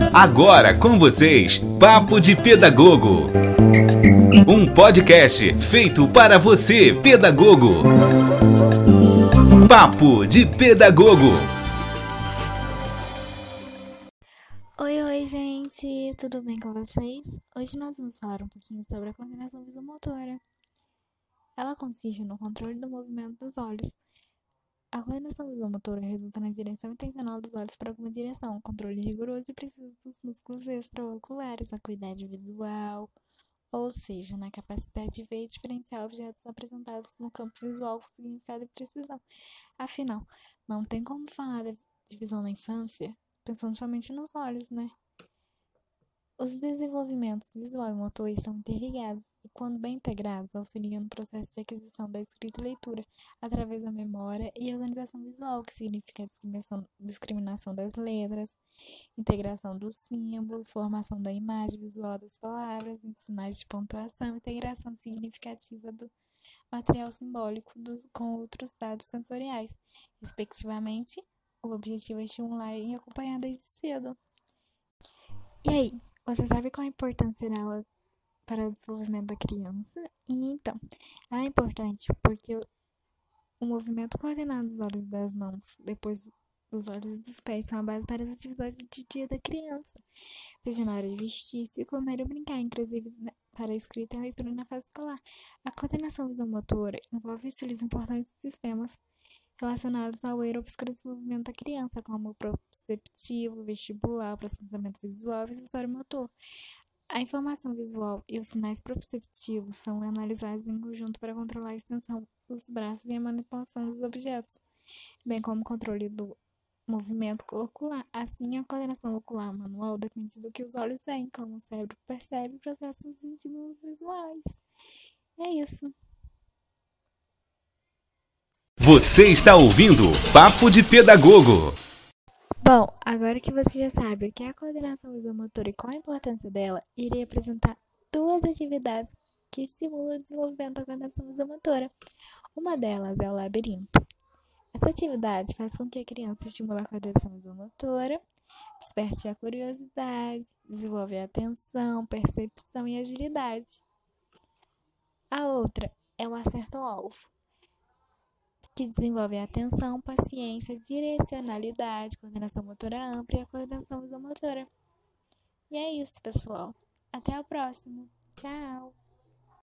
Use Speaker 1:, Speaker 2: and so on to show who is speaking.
Speaker 1: Agora com vocês, Papo de Pedagogo. Um podcast feito para você, pedagogo. Papo de Pedagogo.
Speaker 2: Oi, gente! Tudo bem com vocês? Hoje nós vamos falar um pouquinho sobre a coordenação visomotora. Ela consiste no controle do movimento dos olhos. A coordenação visomotora resulta na direção intencional dos olhos para alguma direção, controle rigoroso e preciso dos músculos extraoculares, acuidade visual, ou seja, na capacidade de ver e diferenciar objetos apresentados no campo visual com significado e precisão. Afinal, não tem como falar de visão na infância pensando somente nos olhos, né? Os desenvolvimentos visual e motor estão interligados e, quando bem integrados, auxiliam no processo de aquisição da escrita e leitura através da memória e organização visual, que significa a discriminação das letras, integração dos símbolos, formação da imagem visual das palavras, sinais de pontuação, integração significativa do material simbólico com outros dados sensoriais, respectivamente. O objetivo é estimular e acompanhar desde cedo. E aí, você sabe qual a importância dela para o desenvolvimento da criança? E então, ela é importante porque o movimento coordenado dos olhos e das mãos, depois dos olhos e dos pés, são a base para as atividades do dia da criança, seja na hora de vestir, se comer ou brincar, inclusive para a escrita e a leitura na fase escolar. A coordenação visomotora envolve e utiliza importantes sistemas relacionados ao neurodesenvolvimento da criança, como o proprioceptivo, vestibular, processamento visual e acessório motor. A informação visual e os sinais proprioceptivos são analisados em conjunto para controlar a extensão dos braços e a manipulação dos objetos, bem como o controle do movimento ocular. Assim, a coordenação ocular manual depende do que os olhos veem, como o cérebro percebe e processa os estímulos visuais. É isso.
Speaker 1: Você está ouvindo Papo de Pedagogo.
Speaker 2: Bom, agora que você já sabe o que é a coordenação visomotora e qual a importância dela, irei apresentar duas atividades que estimulam o desenvolvimento da coordenação visomotora. Uma delas é o labirinto. Essa atividade faz com que a criança estimule a coordenação visomotora, desperte a curiosidade, desenvolva a atenção, percepção e agilidade. A outra é o acerto ao alvo, que desenvolve a atenção, paciência, direcionalidade, coordenação motora ampla e a coordenação visomotora. E é isso, pessoal. Até o próximo. Tchau!